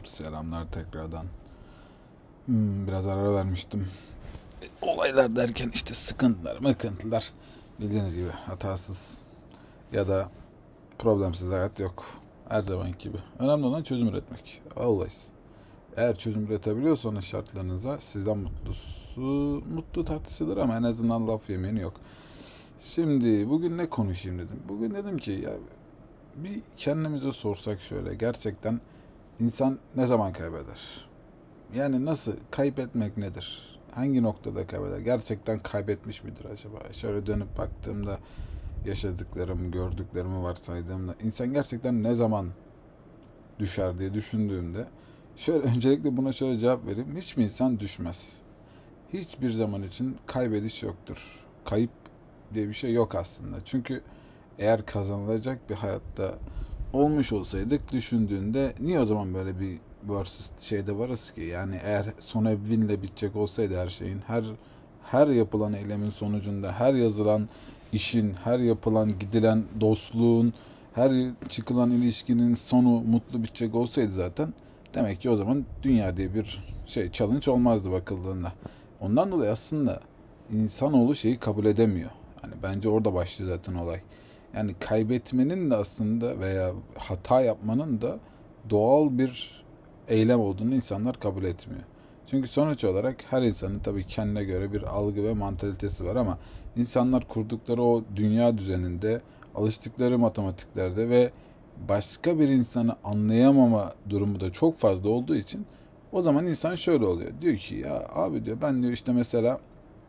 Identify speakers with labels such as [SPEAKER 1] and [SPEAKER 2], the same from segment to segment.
[SPEAKER 1] Selamlar tekrardan. Biraz ara vermiştim. Olaylar derken işte sıkıntılar. Bildiğiniz gibi hatasız ya da problemsiz hayat yok. Her zaman gibi. Önemli olan çözüm üretmek. Always. Eğer çözüm üretebiliyorsanız şartlarınıza sizden mutlu tartışılır ama en azından laf yemeni yok. Şimdi bugün ne konuşayım dedim. Bugün dedim ki ya bir kendimize sorsak şöyle, gerçekten insan ne zaman kaybeder? Yani nasıl, kaybetmek nedir? Hangi noktada kaybeder? Gerçekten kaybetmiş midir acaba? Şöyle dönüp baktığımda, yaşadıklarımı, gördüklerimi varsaydığımda insan gerçekten ne zaman düşer diye düşündüğümde şöyle öncelikle buna şöyle cevap vereyim. Hiçbir insan düşmez. Hiçbir zaman için kaybediş yoktur. Kayıp diye bir şey yok aslında. Çünkü eğer kazanılacak bir hayatta olmuş olsaydık düşündüğünde niye o zaman böyle bir versus şeyde varız ki? Yani eğer sonu hep win'le bitecek olsaydı her şeyin, her yapılan eylemin sonucunda, her yazılan işin, her yapılan gidilen dostluğun, her çıkılan ilişkinin sonu mutlu bitecek olsaydı zaten demek ki o zaman dünya diye bir challenge olmazdı bakıldığında. Ondan dolayı aslında insanoğlu şeyi kabul edemiyor. Hani bence orada başlıyor zaten olay. Yani kaybetmenin de aslında veya hata yapmanın da doğal bir eylem olduğunu insanlar kabul etmiyor. Çünkü sonuç olarak her insanın tabii kendine göre bir algı ve mantalitesi var ama insanlar kurdukları o dünya düzeninde, alıştıkları matematiklerde ve başka bir insanı anlayamama durumu da çok fazla olduğu için o zaman insan şöyle oluyor. Diyor ki ya abi diyor, ben diyor işte mesela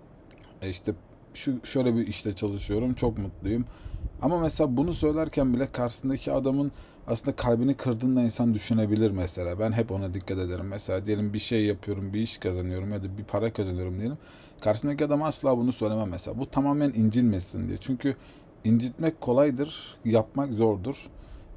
[SPEAKER 1] işte şöyle bir işte çalışıyorum, çok mutluyum. Ama mesela bunu söylerken bile karşısındaki adamın aslında kalbini kırdığında insan düşünebilir mesela. Ben hep ona dikkat ederim. Mesela diyelim bir şey yapıyorum, bir iş kazanıyorum ya da bir para kazanıyorum diyelim. Karşısındaki adam asla bunu söylemem mesela. Bu tamamen incinmesin diye. Çünkü incitmek kolaydır, yapmak zordur.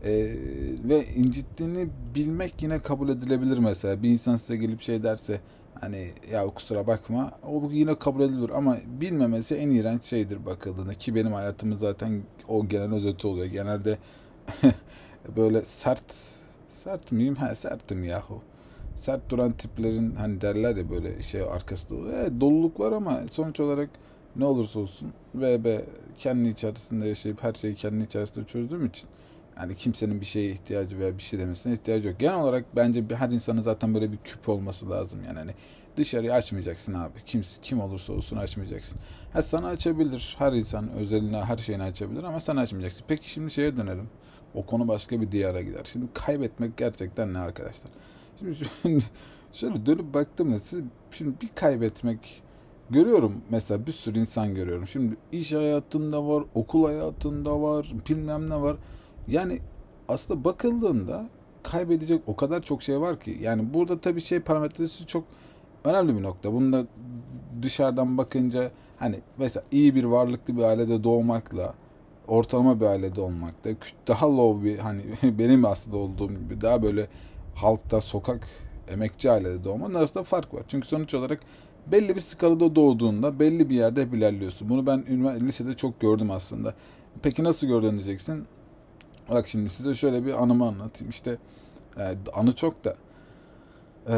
[SPEAKER 1] Ve incittiğini bilmek yine kabul edilebilir mesela. Bir insan size gelip şey derse, hani ya kusura bakma, o yine kabul edilir ama bilmemesi en iğrenç şeydir bakıldığında, ki benim hayatımın zaten o genel özeti oluyor. Genelde böyle sert miyim? Ha, sertim yahu. Sert duran tiplerin, hani derler ya böyle şey arkası dolu. Doluluk var ama sonuç olarak ne olursa olsun ve kendi içerisinde yaşayıp her şeyi kendi içerisinde çözdüğüm için yani kimsenin bir şeye ihtiyacı veya bir şey demesine ihtiyacı yok. Genel olarak bence her insanın zaten böyle bir küp olması lazım yani. Hani dışarıyı açmayacaksın abi. Kim olursa olsun açmayacaksın. Ha, sana açabilir. Her insan özeline, her şeyini açabilir ama sen açmayacaksın. Peki şimdi şeye dönelim. O konu başka bir diyara gider. Şimdi kaybetmek gerçekten ne arkadaşlar? Şimdi şöyle dönüp baktığımda şimdi bir kaybetmek görüyorum, mesela bir sürü insan görüyorum. Şimdi iş hayatında var, okul hayatında var, bilmem ne var. Yani aslında bakıldığında kaybedecek o kadar çok şey var ki. Yani burada tabii şey parametresi çok önemli bir nokta. Bunu da dışarıdan bakınca hani mesela iyi bir varlıklı bir ailede doğmakla ortalama bir ailede olmakta, daha low bir, hani benim aslında olduğum gibi daha böyle halkta, sokak, emekçi ailede doğmanın arasında fark var. Çünkü sonuç olarak belli bir skalada doğduğunda belli bir yerde hep ilerliyorsun. Bunu ben lisede çok gördüm aslında. Peki nasıl gördün diyeceksin. Bak şimdi size şöyle bir anımı anlatayım. İşte anı çok da e,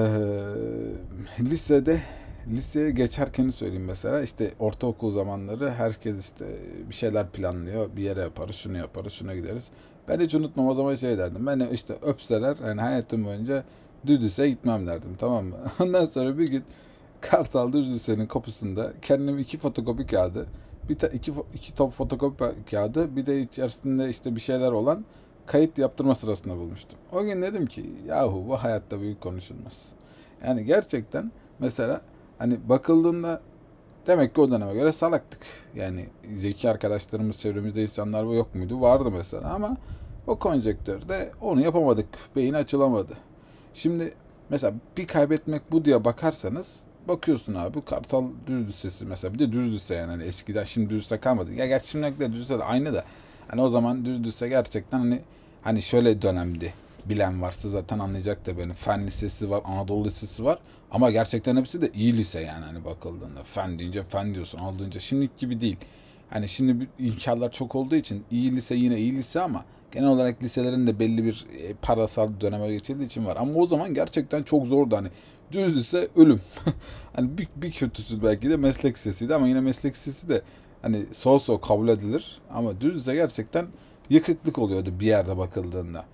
[SPEAKER 1] liseye geçerken söyleyeyim mesela. İşte ortaokul zamanları herkes işte bir şeyler planlıyor. Bir yere yaparız, şunu yaparız, şuna gideriz. Ben hiç unutmam, o zaman şey derdim. Ben işte öpseler yani hayatım boyunca Düdüs'e gitmem derdim, tamam mı? Ondan sonra bir gün Kartal Düz Lise'nin kapısında kendim iki fotokopi kağıdı, iki top fotokopi kağıdı, bir de içerisinde işte bir şeyler olan kayıt yaptırma sırasında bulmuştum. O gün dedim ki yahu bu hayatta büyük konuşulmaz. Yani gerçekten mesela hani bakıldığında demek ki o döneme göre salaktık. Yani zeki arkadaşlarımız çevremizde, insanlar bu yok muydu? Vardı mesela ama o konjektörde onu yapamadık. Beyin açılamadı. Şimdi mesela bir kaybetmek bu diye bakarsanız, bakıyorsun abi Kartal Düz Lisesi mesela, bir de Düz Lise yani hani eskiden, şimdi Düz Lise kalmadı. Ya gerçi şimdi de Düz Lise de aynı da hani o zaman Düz Lise gerçekten hani şöyle dönemdi. Bilen varsa zaten anlayacak da beni. Fen Lisesi var, Anadolu Lisesi var ama gerçekten hepsi de iyi lise yani hani bakıldığında. Fen deyince fen diyorsun, Anadolu deyince şimdiki gibi değil. Hani şimdi imkanlar çok olduğu için iyi lise yine iyi lise ama genel olarak liselerin de belli bir parasal döneme geçildiği için var. Ama o zaman gerçekten çok zordu hani. Düz lise ölüm. Hani bir kötüsü belki de meslek lisesiydi ama yine meslek lisesi de hani so kabul edilir. Ama düz lise gerçekten yıkıklık oluyordu bir yerde bakıldığında.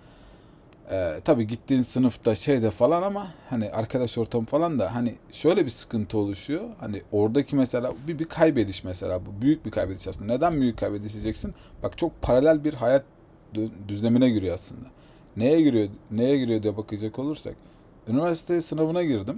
[SPEAKER 1] Tabii gittiğin sınıfta şeyde falan ama hani arkadaş ortamı falan da hani şöyle bir sıkıntı oluşuyor. Hani oradaki mesela bir kaybediş mesela bu büyük bir kaybediş aslında. Neden büyük kaybediş diyeceksin? Bak çok paralel bir hayat düzlemine giriyor aslında. Neye giriyor diye bakacak olursak. Üniversite sınavına girdim.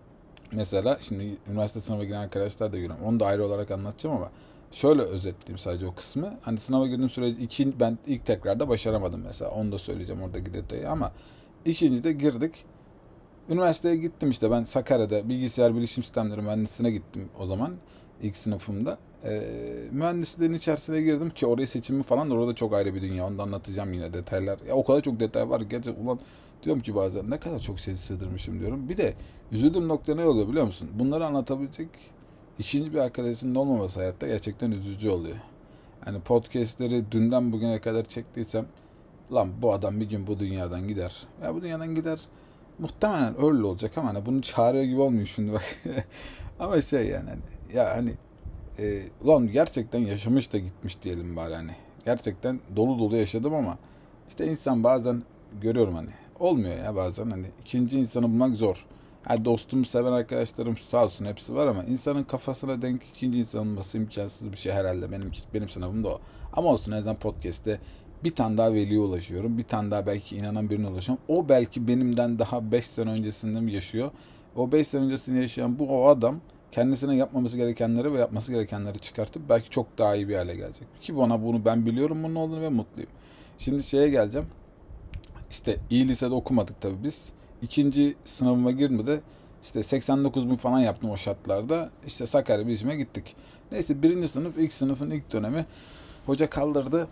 [SPEAKER 1] Mesela şimdi üniversite sınavına giren arkadaşlar da görüyorum. Onu da ayrı olarak anlatacağım ama şöyle özetleyeyim sadece o kısmı. Hani sınava girdiğim sürece ben ilk tekrarda başaramadım mesela. Onu da söyleyeceğim oradaki detayı ama ikincide girdik. Üniversiteye gittim işte ben Sakarya'da bilgisayar bilişim sistemleri mühendisliğine gittim o zaman ilk sınıfımda. Mühendisliğin içerisine girdim ki orayı seçimi falan da orada çok ayrı bir dünya. Onu da anlatacağım yine detaylar. Ya o kadar çok detay var ki gerçekten ulan diyorum ki bazen ne kadar çok şey sığdırmışım diyorum. Bir de üzüldüğüm nokta ne oluyor biliyor musun? Bunları anlatabilecek ikinci bir arkadaşının olmaması hayatta gerçekten üzücü oluyor. Hani podcastleri dünden bugüne kadar çektiysem lan bu adam bir gün bu dünyadan gider. Ya bu dünyadan gider. Muhtemelen öyle olacak ama hani bunu çağırıyor gibi olmuyor şimdi bak. Ama şey yani hani, ya hani ulan gerçekten yaşamış da gitmiş diyelim bari hani. Gerçekten dolu dolu yaşadım ama işte insan bazen görüyorum hani olmuyor ya bazen hani ikinci insanı bulmak zor. Ha dostumu seven arkadaşlarım sağ olsun hepsi var ama insanın kafasına denk ikinci insanın bulması imkansız bir şey herhalde benim sınavım da o. Ama olsun en azından podcast'te bir tane daha veliye ulaşıyorum. Bir tane daha belki inanan birine ulaşıyorum. O belki benimden daha 5 sene öncesinde mi yaşıyor? O 5 sene öncesinde yaşayan o adam kendisine yapmaması gerekenleri ve yapması gerekenleri çıkartıp belki çok daha iyi bir hale gelecek. Ki bunu ben biliyorum bunun olduğunu ve mutluyum. Şimdi şeye geleceğim. İşte iyi lisede okumadık tabii biz. İkinci sınavıma girmedi. İşte 89 bin falan yaptım o şartlarda. İşte Sakarya Bilişim'e gittik. Neyse birinci sınıf ilk sınıfın ilk dönemi hoca kaldırdı.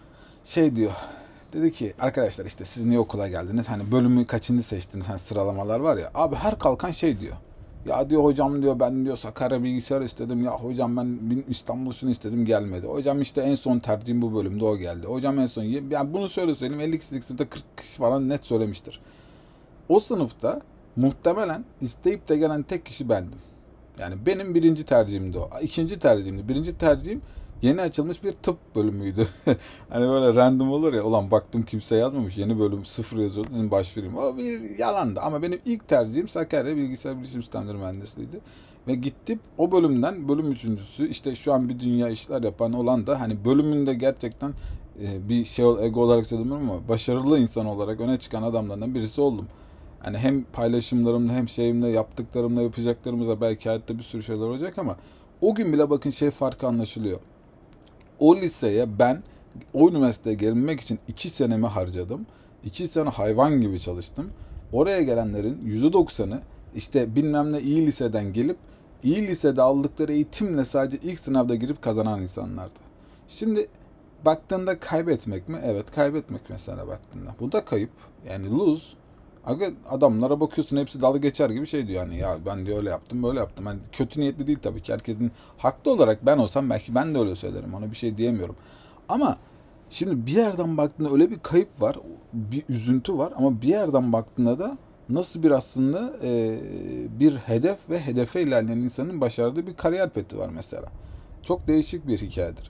[SPEAKER 1] Şey diyor. Dedi ki arkadaşlar işte siz niye okula geldiniz? Hani bölümü kaçıncı seçtiniz? Hani sıralamalar var ya. Abi her kalkan şey diyor. Ya diyor hocam diyor ben diyor Sakarya bilgisayar istedim. Ya hocam ben İstanbul şunu istedim gelmedi. Hocam işte en son tercihim bu bölümde o geldi. Hocam en son yani bunu şöyle söyleyeyim 50 kişilik sınıfta 40 kişi falan net söylemiştir. O sınıfta muhtemelen isteyip de gelen tek kişi bendim. Yani benim birinci tercihimdi o. İkinci tercihimdi. Birinci tercihim yeni açılmış bir tıp bölümüydü. Hani böyle random olur ya. Ulan baktım kimse yazmamış. Yeni bölüm sıfır yazıyordu. Dedim başvurayım. O bir yalandı. Ama benim ilk tercihim Sakarya Bilgisayar Bilişim Sistemleri Mühendisliğiydi. Ve gittim o bölümden bölüm üçüncüsü işte şu an bir dünya işler yapan olan da hani bölümünde gerçekten bir şey ego olarak söylemiyorum ama başarılı insan olarak öne çıkan adamlardan birisi oldum. Hani hem paylaşımlarımla hem şeyimle yaptıklarımla yapacaklarımızla belki hayatta bir sürü şeyler olacak ama o gün bile bakın şey farkı anlaşılıyor. O liseye ben o üniversiteye gelmek için 2 senemi harcadım. 2 sene hayvan gibi çalıştım. Oraya gelenlerin %90'ı işte bilmem ne iyi liseden gelip iyi lisede aldıkları eğitimle sadece ilk sınavda girip kazanan insanlardı. Şimdi baktığında kaybetmek mi? Evet kaybetmek mesela baktığında. Bu da kayıp. Yani lose. Adamlara bakıyorsun hepsi dalga geçer gibi şey diyor yani ya ben diyor öyle yaptım böyle yaptım. Yani kötü niyetli değil tabii ki herkesin haklı olarak ben olsam belki ben de öyle söylerim ona bir şey diyemiyorum. Ama şimdi bir yerden baktığında öyle bir kayıp var bir üzüntü var ama bir yerden baktığında da nasıl bir aslında bir hedef ve hedefe ilerleyen insanın başardığı bir kariyer peti var mesela. Çok değişik bir hikayedir.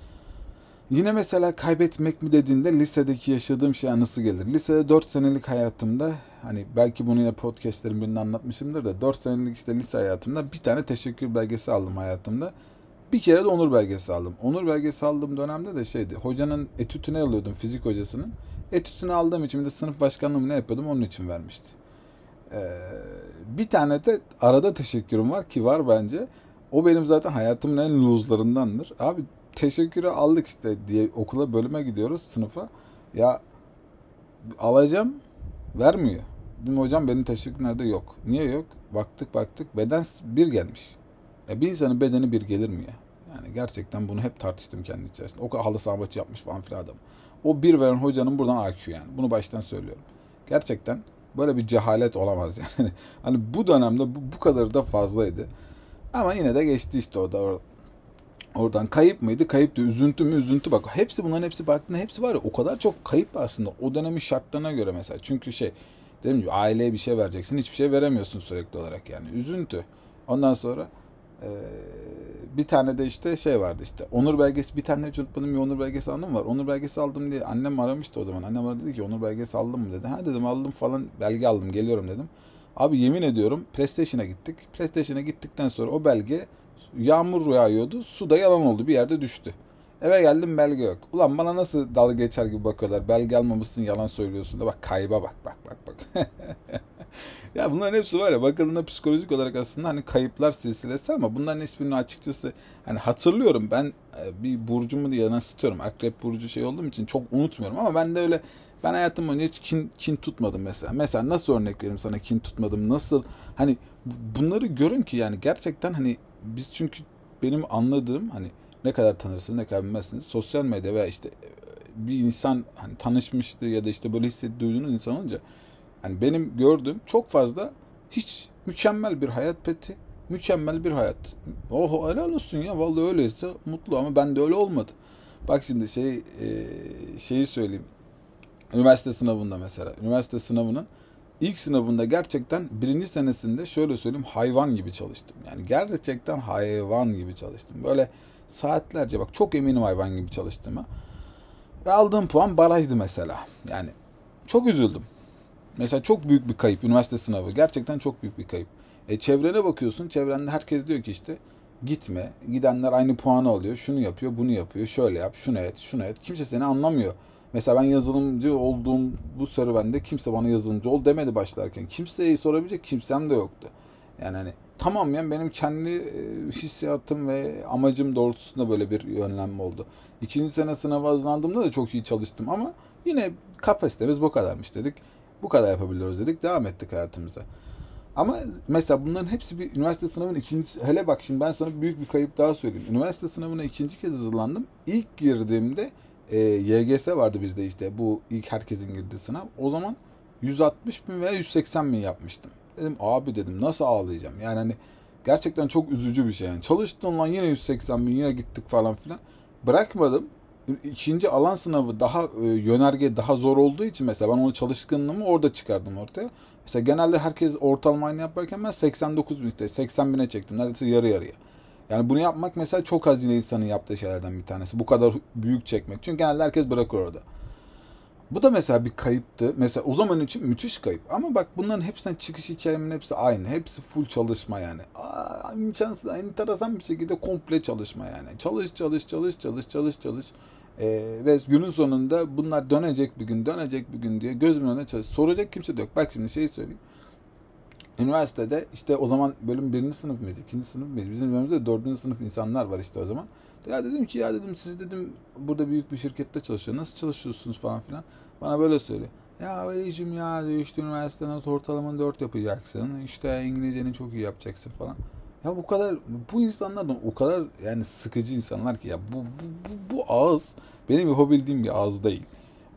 [SPEAKER 1] Yine mesela kaybetmek mi dediğinde lisedeki yaşadığım şey anısı gelir. Lisede 4 senelik hayatımda hani belki bunu yine podcastlerin birinde anlatmışımdır da 4 senelik işte lise hayatımda bir tane teşekkür belgesi aldım hayatımda. Bir kere de onur belgesi aldım. Onur belgesi aldığım dönemde de şeydi. Hocanın etütünü alıyordum fizik hocasının. Etütünü aldığım için de sınıf başkanlığımı ne yapıyordum onun için vermişti. Bir tane de arada teşekkürüm var ki var bence. O benim zaten hayatımın en lose'larındandır. Abi teşekkürü aldık işte diye okula bölüme gidiyoruz sınıfa. Ya alacağım vermiyor. Dedim hocam benim teşekkür nerede yok. Niye yok? Baktık beden bir gelmiş. Bir insanın bedeni bir gelir mi ya? Yani gerçekten bunu hep tartıştım kendi içerisinde. O kadar halı saha maçı yapmış falan filan adam. O bir veren hocanın buradan IQ yani. Bunu baştan söylüyorum. Gerçekten böyle bir cehalet olamaz yani. Hani bu dönemde bu kadar da fazlaydı. Ama yine de geçti işte o da. Oradan kayıp mıydı? Kayıptı. Üzüntü mü? Üzüntü. Bak hepsi, bunların hepsi baktığında hepsi var ya, o kadar çok kayıp aslında o dönemin şartlarına göre mesela. Çünkü dediğim gibi aileye bir şey vereceksin. Hiçbir şey veremiyorsun sürekli olarak yani. Üzüntü. Ondan sonra eee, bir tane de işte vardı işte. Onur belgesi, bir tane hiç unutmadığım bir onur belgesi aldım var. Onur belgesi aldım diye annem aramıştı o zaman. Annem aradı, dedi ki onur belgesi aldın mı dedi. Ha dedim, aldım falan, belge aldım, geliyorum dedim. Abi yemin ediyorum PlayStation'a gittik. PlayStation'a gittikten sonra o belge, yağmur yağıyordu. Suda yalan oldu. Bir yerde düştü. Eve geldim, belge yok. Ulan bana nasıl dalga geçer gibi bakıyorlar. Belge almamışsın, yalan söylüyorsun da bak, kayba bak bak bak bak. Ya bunların hepsi var ya, bakıldığında psikolojik olarak aslında hani kayıplar silsilesi, ama bunların hiçbirini açıkçası hani hatırlıyorum ben, bir burcumu diye yansıtıyorum. Akrep burcu olduğum için çok unutmuyorum, ama ben de öyle, ben hayatım boyunca hiç kin tutmadım mesela. Mesela nasıl örnek vereyim sana, kin tutmadım nasıl, hani bunları görün ki yani gerçekten hani biz, çünkü benim anladığım, hani ne kadar tanırsınız ne kadar bilmezsiniz, sosyal medya veya işte bir insan hani tanışmıştı ya da işte böyle duyduğunuz insan olunca, hani benim gördüğüm çok fazla hiç mükemmel bir hayat peti, mükemmel bir hayat. Oho helal olsun ya, vallahi öyleyse mutlu, ama ben de öyle olmadı. Bak şimdi şeyi söyleyeyim. Üniversite sınavında mesela. Üniversite sınavının ilk sınavında gerçekten birinci senesinde şöyle söyleyeyim, hayvan gibi çalıştım. Yani gerçekten hayvan gibi çalıştım. Böyle saatlerce, bak çok eminim hayvan gibi çalıştığıma. Ve aldığım puan barajdı mesela. Yani çok üzüldüm. Mesela çok büyük bir kayıp üniversite sınavı. Gerçekten çok büyük bir kayıp. Çevrene bakıyorsun. Çevrende herkes diyor ki işte gitme. Gidenler aynı puanı alıyor. Şunu yapıyor, bunu yapıyor. Şöyle yap, şunu et, şunu et. Kimse seni anlamıyor. Mesela ben yazılımcı olduğum bu serüvende kimse bana yazılımcı ol demedi başlarken. Kimseyi sorabilecek kimsem de yoktu. Yani hani tamamen benim kendi hissiyatım ve amacım doğrultusunda böyle bir yönlenme oldu. İkinci sene sınava hazırlandığımda da çok iyi çalıştım, ama yine kapasitemiz bu kadarmış dedik. Bu kadar yapabiliyoruz dedik. Devam ettik hayatımıza. Ama mesela bunların hepsi bir üniversite sınavının ikinci... Hele bak şimdi ben sana büyük bir kayıp daha söyleyeyim. Üniversite sınavına ikinci kez hazırlandım. İlk girdiğimde YGS vardı bizde işte. Bu ilk herkesin girdiği sınav. O zaman 160 bin veya 180 bin yapmıştım. Dedim abi, dedim nasıl ağlayacağım? Yani hani gerçekten çok üzücü bir şey. Yani çalıştın lan, yine 180 bin, yine gittik falan filan. Bırakmadım. İkinci alan sınavı daha yönerge daha zor olduğu için mesela ben onu, çalışkanlığımı orada çıkardım ortaya. Mesela genelde herkes ortalama aynı yaparken ben 89 bin, işte 80 bine çektim. Neredeyse yarı yarıya. Yani bunu yapmak mesela çok az yine insanın yaptığı şeylerden bir tanesi. Bu kadar büyük çekmek. Çünkü genelde herkes bırakır orada. Bu da mesela bir kayıptı. Mesela o zaman için müthiş kayıp. Ama bak bunların hepsinden çıkış hikayemin hepsi aynı. Hepsi full çalışma yani. İmkansız, enteresan bir şekilde komple çalışma yani. Çalış çalış çalış çalış çalış çalış. Ve günün sonunda bunlar dönecek bir gün, dönecek bir gün diye gözümün önüne çalış. Soracak kimse de yok. Bak şimdi söyleyeyim. Üniversitede işte o zaman bölüm birinci sınıf mıyız, ikinci sınıf mıyız? Bizim bölümümüzde dördüncü sınıf insanlar var işte o zaman. Ya dedim ki, ya dedim siz dedim burada büyük bir şirkette çalışıyor. Nasıl çalışıyorsunuz falan filan. Bana böyle söylüyor. Ya Veli'cim ya diyor, işte üniversite not ortalamanı 4 yapacaksın. İşte İngilizceni çok iyi yapacaksın falan. Ya bu kadar, bu insanlardan o kadar yani sıkıcı insanlar ki ya, bu ağız benim yapabildiğim bir ağız değil.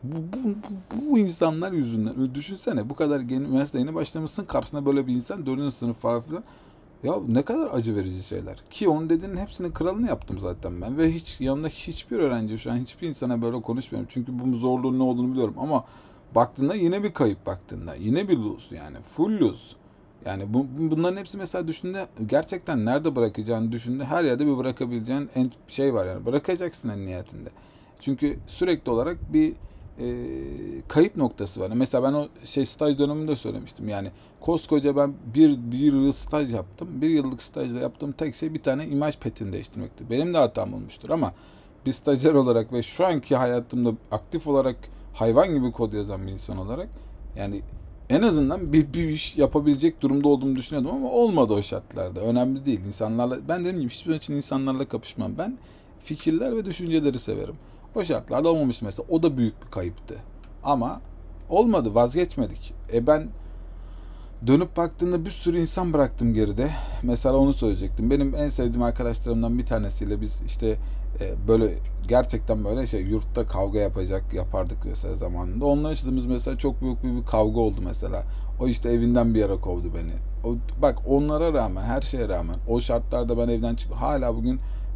[SPEAKER 1] Bu insanlar yüzünden düşünsene, bu kadar üniversite yeni başlamışsın, karşısında böyle bir insan, 4. sınıf falan filan. Ya ne kadar acı verici şeyler. Ki onun dediğinin hepsinin kralını yaptım zaten ben. Ve hiç yanımda hiçbir öğrenci, şu an hiçbir insana böyle konuşmuyorum. Çünkü bu zorluğun ne olduğunu biliyorum. Ama baktığında yine bir kayıp, baktığında. Yine bir lose yani. Full lose. Yani bunların hepsi mesela düşündüğünde gerçekten nerede bırakacağını düşündüğünde her yerde bir bırakabileceğin şey var yani. Bırakacaksın en nihayetinde. Çünkü sürekli olarak bir kayıp noktası var. Mesela ben o staj döneminde söylemiştim. Yani koskoca ben bir yıl staj yaptım. Bir yıllık stajda yaptığım tek şey bir tane imaj petini değiştirmekti. Benim de hatam olmuştur, ama bir stajyer olarak ve şu anki hayatımda aktif olarak hayvan gibi kod yazan bir insan olarak yani en azından bir iş yapabilecek durumda olduğumu düşünüyordum, ama olmadı o şartlarda. Önemli değil. İnsanlarla, ben dediğim gibi hiçbir için insanlarla kapışmam. Ben fikirler ve düşünceleri severim. O şartlarda olmamış mesela. O da büyük bir kayıptı. Ama olmadı, vazgeçmedik. Ben dönüp baktığımda bir sürü insan bıraktım geride. Mesela onu söyleyecektim. Benim en sevdiğim arkadaşlarımdan bir tanesiyle biz işte böyle gerçekten böyle yurtta kavga yapardık mesela zamanında. Onunla yaşadığımız mesela çok büyük bir kavga oldu mesela. O işte evinden bir yere kovdu beni. Bak onlara rağmen, her şeye rağmen o şartlarda ben evden çıktım. Hala bugün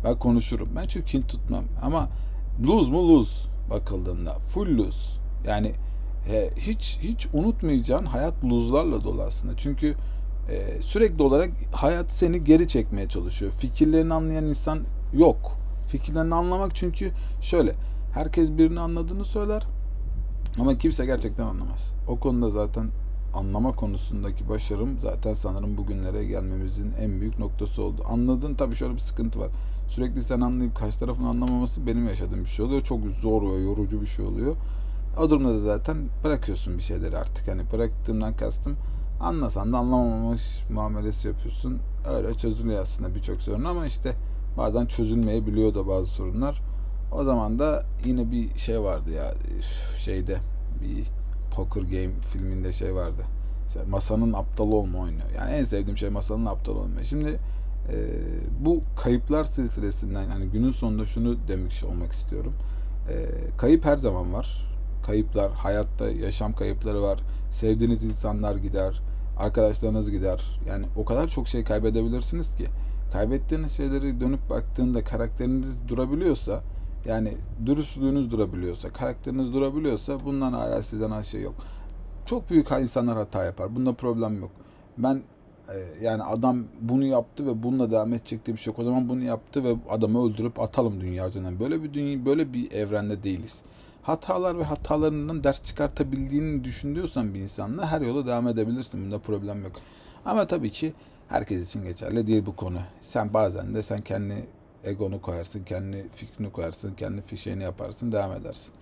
[SPEAKER 1] Ben konuşurum. Ben çünkü kin tutmam. Ama lose mu lose bakıldığında. Full lose. Yani hiç unutmayacağın hayat lose'larla dolu aslında. Çünkü sürekli olarak hayat seni geri çekmeye çalışıyor. Fikirlerini anlayan insan yok. Fikirlerini anlamak çünkü şöyle. Herkes birini anladığını söyler ama kimse gerçekten anlamaz. O konuda zaten anlama konusundaki başarım zaten sanırım bugünlere gelmemizin en büyük noktası oldu. Anladın, tabii şöyle bir sıkıntı var. Sürekli sen anlayıp karşı tarafın anlamaması benim yaşadığım bir şey oluyor. Çok zor ve yorucu bir şey oluyor. O durumda da zaten bırakıyorsun bir şeyleri artık. Hani bıraktığımdan kastım, anlasan da anlamamış muamelesi yapıyorsun. Öyle çözülüyor aslında birçok sorun ama işte bazen çözülmeyebiliyor da bazı sorunlar. O zaman da yine bir şey vardı ya, şeyde bir Poker Game filminde şey vardı. İşte masanın aptalı olma oyunu. Yani en sevdiğim şey masanın aptal olma. Şimdi bu kayıplar silsilesinden yani günün sonunda şunu demek olmak istiyorum. Kayıp her zaman var. Kayıplar, hayatta yaşam kayıpları var. Sevdiğiniz insanlar gider, arkadaşlarınız gider. Yani o kadar çok şey kaybedebilirsiniz ki. Kaybettiğiniz şeyleri dönüp baktığında karakteriniz durabiliyorsa, yani dürüstlüğünüz durabiliyorsa, karakteriniz durabiliyorsa bundan hala sizden şey yok. Çok büyük insanlar hata yapar. Bunda problem yok. Ben yani adam bunu yaptı ve bununla devam edecek diye bir şey yok. O zaman bunu yaptı ve adamı öldürüp atalım dünya üzerinden. Böyle bir dünya, böyle bir evrende değiliz. Hatalar ve hatalarından ders çıkartabildiğini düşünüyorsan bir insanla her yola devam edebilirsin. Bunda problem yok. Ama tabii ki herkes için geçerli değil bu konu. Sen bazen de sen kendi egonu koyarsın, kendi fikrini koyarsın, kendi fişeğini yaparsın, devam edersin.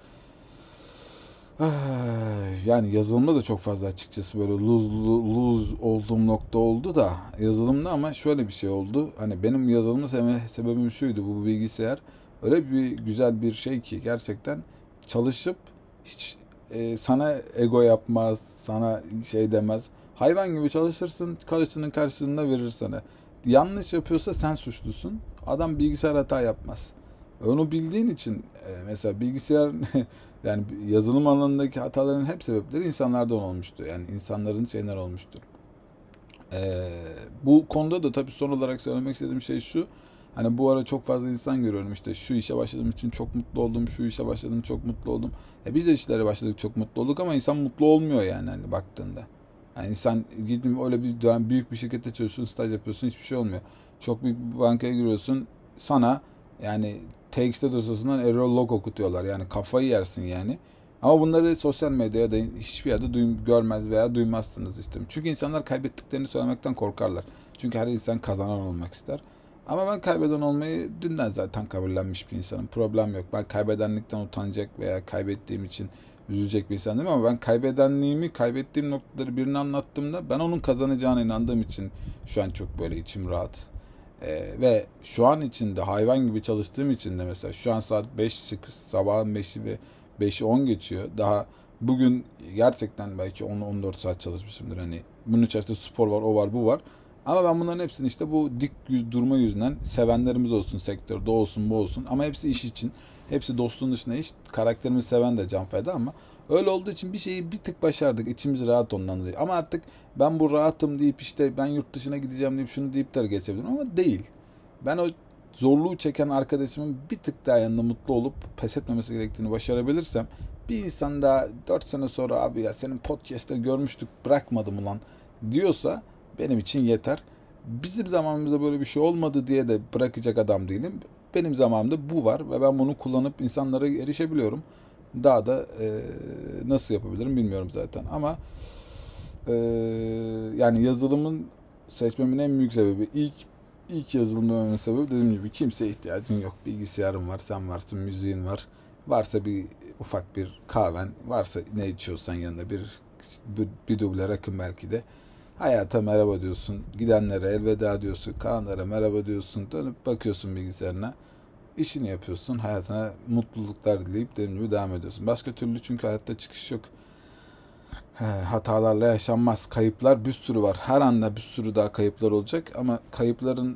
[SPEAKER 1] Yani yazılımda da çok fazla açıkçası böyle lose olduğum nokta oldu da yazılımda, ama şöyle bir şey oldu. Hani benim yazılımı sevme sebebim şuydu: bu bilgisayar öyle bir güzel bir şey ki gerçekten çalışıp hiç sana ego yapmaz, sana şey demez. Hayvan gibi çalışırsın, karşılığında verir sana. Yanlış yapıyorsa sen suçlusun. Adam bilgisayar hata yapmaz. Onu bildiğin için mesela bilgisayar yani yazılım alanındaki hataların hep sebepleri insanlardan olmuştu. Yani insanların şeyler olmuştur. Bu konuda da tabii son olarak söylemek istediğim şey şu. Hani bu ara çok fazla insan görüyorum, işte şu işe başladığım için çok mutlu oldum, şu işe başladım çok mutlu oldum. Biz de işlere başladık çok mutlu olduk ama insan mutlu olmuyor yani hani baktığında. Yani insan gidip öyle bir dönem büyük bir şirkette çalışıyorsun, staj yapıyorsun, hiçbir şey olmuyor. Çok büyük bir bankaya giriyorsun, sana yani TXT dosyasından error log okutuyorlar. Yani kafayı yersin yani. Ama bunları sosyal medyada hiçbir yerde görmez veya duymazsınız istedim. Çünkü insanlar kaybettiklerini söylemekten korkarlar. Çünkü her insan kazanan olmak ister. Ama ben kaybeden olmayı dünden zaten kabullenmiş bir insanım. Problem yok. Ben kaybedenlikten utanacak veya kaybettiğim için üzülecek bir insan değilim, ama ben kaybedenliğimi, kaybettiğim noktaları birine anlattığımda ben onun kazanacağına inandığım için şu an çok böyle içim rahat. Ve şu an içinde hayvan gibi çalıştığım için de mesela şu an saat 5, sabahın 5'i ve 5'i 10 geçiyor. Daha bugün gerçekten belki 10-14 saat çalışmışımdır. Hani bunun içerisinde spor var, o var, bu var. Ama ben bunların hepsini işte bu dik durma yüzünden, sevenlerimiz olsun sektörde, olsun bu olsun, ama hepsi iş için. Hepsi dostluğun dışında iş. Karakterimizi seven de can feda, ama öyle olduğu için bir şeyi bir tık başardık. İçimiz rahat ondan dolayı. Ama artık ben bu rahatım deyip işte ben yurt dışına gideceğim deyip şunu deyip de geçebilirim ama değil. Ben o zorluğu çeken arkadaşımın bir tık daha yanında mutlu olup pes etmemesi gerektiğini başarabilirsem, bir insan daha 4 sene sonra abi ya senin podcast'te görmüştük bırakmadım ulan diyorsa benim için yeter. Bizim zamanımızda böyle bir şey olmadı diye de bırakacak adam değilim. Benim zamanımda bu var ve ben bunu kullanıp insanlara erişebiliyorum. Daha da nasıl yapabilirim bilmiyorum zaten. Ama yani yazılımın seçmemin en büyük sebebi, ilk yazılım öğrenme sebebi, dediğim gibi kimseye ihtiyacın yok. Bilgisayarın var, sen varsın, müziğin var. Varsa bir ufak bir kahven, varsa ne içiyorsan yanında bir duble rakım belki de. Hayata merhaba diyorsun, gidenlere elveda diyorsun, kalanlara merhaba diyorsun, dönüp bakıyorsun bilgisayarına, işini yapıyorsun, hayatına mutluluklar dileyip dediğim gibi devam ediyorsun. Başka türlü, çünkü hayatta çıkış yok. Hatalarla yaşanmaz. Kayıplar bir sürü var. Her anda bir sürü daha kayıplar olacak ama kayıpların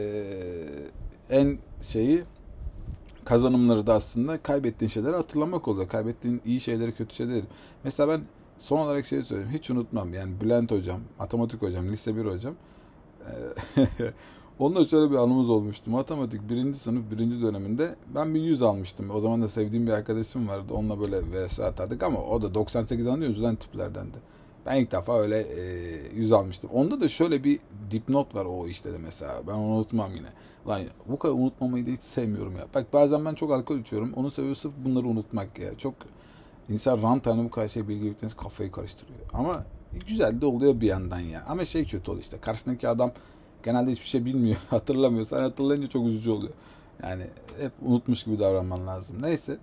[SPEAKER 1] en kazanımları da aslında kaybettiğin şeyleri hatırlamak oluyor. Kaybettiğin iyi şeyleri, kötü şeyleri. Mesela ben son olarak söyleyeyim. Hiç unutmam. Yani Bülent hocam, matematik hocam, lise 1 hocam. Onunla şöyle bir anımız olmuştu. Matematik birinci sınıf birinci döneminde ben bir 100 almıştım. O zaman da sevdiğim bir arkadaşım vardı. Onunla böyle vs atardık ama o da 98 alınca üzülen tiplerdendi. Ben ilk defa öyle 100 almıştım. Onda da şöyle bir dipnot var o işte de mesela. Ben onu unutmam yine. Lan bu kadar unutmamayı da hiç sevmiyorum ya. Bak bazen ben çok alkol içiyorum. Onun sebebi sırf bunları unutmak ya. Çok insan runtime bu kadar şey bilgi yüklenirse kafayı karıştırıyor. Ama güzel de oluyor bir yandan ya. Ama şey kötü oluyor işte. Karşısındaki adam genelde hiçbir şey bilmiyor. Hatırlamıyor. Sen hatırlayınca çok üzücü oluyor. Yani hep unutmuş gibi davranman lazım. Neyse.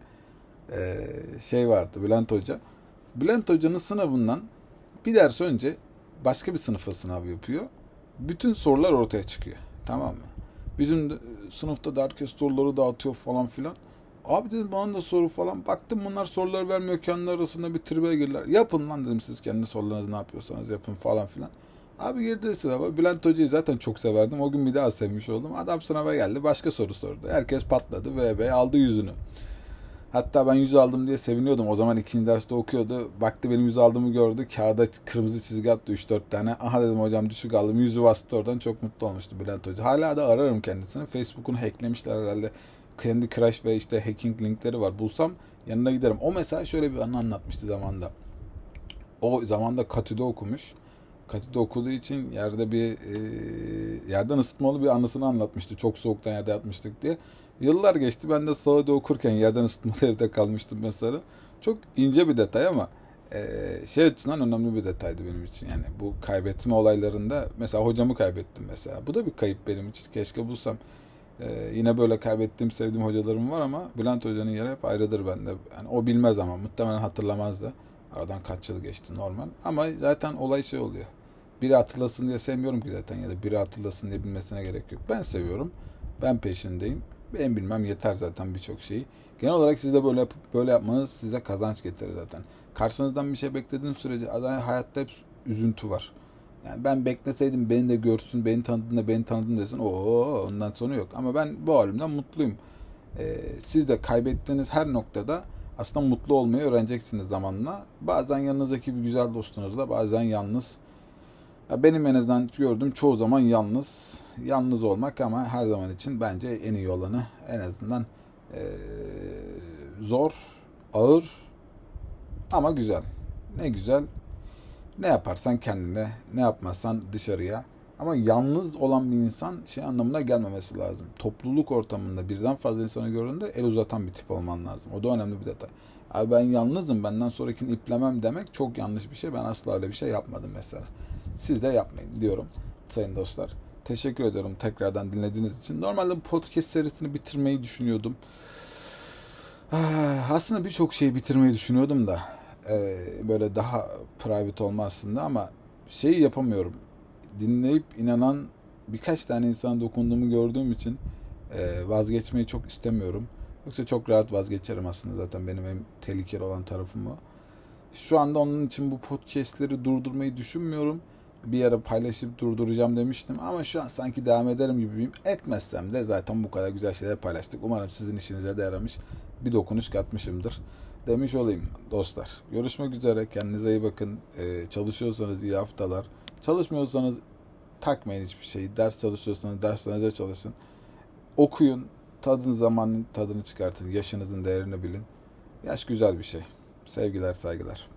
[SPEAKER 1] Şey vardı Bülent Hoca. Bülent Hoca'nın sınavından bir ders önce başka bir sınıfa sınav yapıyor. Bütün sorular ortaya çıkıyor. Tamam mı? Bizim sınıfta da herkes soruları dağıtıyor falan filan. Abi dedim bana da soru falan. Baktım bunlar soruları vermiyor. Kendi arasında bir tribe girdiler. Yapın lan dedim siz kendi sorularınızı ne yapıyorsanız yapın falan filan. Abi girdi sınava. Bülent Hoca'yı zaten çok severdim. O gün bir daha sevmiş oldum. Adam sınava geldi. Başka soru sordu. Herkes patladı. VB aldı yüzünü. Hatta ben 100 aldım diye seviniyordum. O zaman ikinci derste okuyordu. Baktı benim 100 aldığımı gördü. Kağıda kırmızı çizgi attı 3-4 tane. Aha dedim hocam düşük aldım. 100'ü bastı oradan. Çok mutlu olmuştu Bülent Hoca. Hala da ararım kendisini. Facebook'unu hacklemişler herhalde. Kendi crash ve işte hacking linkleri var. Bulsam yanına giderim. O mesela şöyle bir anı anlatmıştı zamanda. O zamanda Katü'de okumuş. Katü'de okuduğu için yerde bir yerden ısıtmalı bir anısını anlatmıştı. Çok soğuktan yerde yatmıştık diye. Yıllar geçti. Ben de sahada okurken yerden ısıtmalı evde kalmıştım mesela. Çok ince bir detay ama şey açısından önemli bir detaydı benim için. Yani bu kaybetme olaylarında mesela hocamı kaybettim mesela. Bu da bir kayıp benim için. Keşke bulsam. Yine böyle kaybettiğim, sevdiğim hocalarım var ama Bülent Hoca'nın yeri hep ayrıdır bende. Yani o bilmez ama muhtemelen hatırlamaz da. Aradan kaç yıl geçti normal. Ama zaten olay şey oluyor. Biri hatırlasın diye sevmiyorum ki zaten ya da biri hatırlasın diye bilmesine gerek yok. Ben seviyorum. Ben peşindeyim. Ben bilmem yeter zaten birçok şeyi. Genel olarak siz de böyle yapıp böyle yapmanız size kazanç getirir zaten. Karşınızdan bir şey beklediğiniz sürece hayatta hep üzüntü var. Yani ben bekleseydim beni de görsün, beni tanıdığında beni tanıdım desin. Oo ondan sonu yok. Ama ben bu halimden mutluyum. Siz de kaybettiğiniz her noktada aslında mutlu olmayı öğreneceksiniz zamanla. Bazen yanınızdaki bir güzel dostunuzla, bazen yalnız. Ya benim en azından gördüğüm çoğu zaman yalnız. Yalnız olmak ama her zaman için bence en iyi olanı. En azından ee, zor, ağır ama güzel. Ne güzel. Ne yaparsan kendine, ne yapmazsan dışarıya. Ama yalnız olan bir insan şey anlamına gelmemesi lazım. Topluluk ortamında birden fazla insanı gördüğünde el uzatan bir tip olman lazım. O da önemli bir detay. Abi ben yalnızım, benden sonrakini iplemem demek çok yanlış bir şey. Ben asla öyle bir şey yapmadım mesela. Siz de yapmayın diyorum sayın dostlar. Teşekkür ediyorum tekrardan dinlediğiniz için. Normalde bu podcast serisini bitirmeyi düşünüyordum. Aslında birçok şeyi bitirmeyi düşünüyordum da böyle daha private olma aslında ama şeyi yapamıyorum. Dinleyip inanan birkaç tane insana dokunduğumu gördüğüm için vazgeçmeyi çok istemiyorum. Yoksa çok rahat vazgeçerim aslında zaten benim en tehlikeli olan tarafım o. Şu anda onun için bu podcastleri durdurmayı düşünmüyorum. Bir ara paylaşıp durduracağım demiştim ama şu an sanki devam ederim gibiyim. Etmezsem de zaten bu kadar güzel şeyler paylaştık. Umarım sizin işinize de yaramış. Bir dokunuş katmışımdır demiş olayım dostlar. Görüşmek üzere. Kendinize iyi bakın. Çalışıyorsanız iyi haftalar. Çalışmıyorsanız takmayın hiçbir şeyi. Ders çalışıyorsanız derslerinize çalışın. Okuyun. Tadın zamanın tadını çıkartın. Yaşınızın değerini bilin. Yaş güzel bir şey. Sevgiler, saygılar.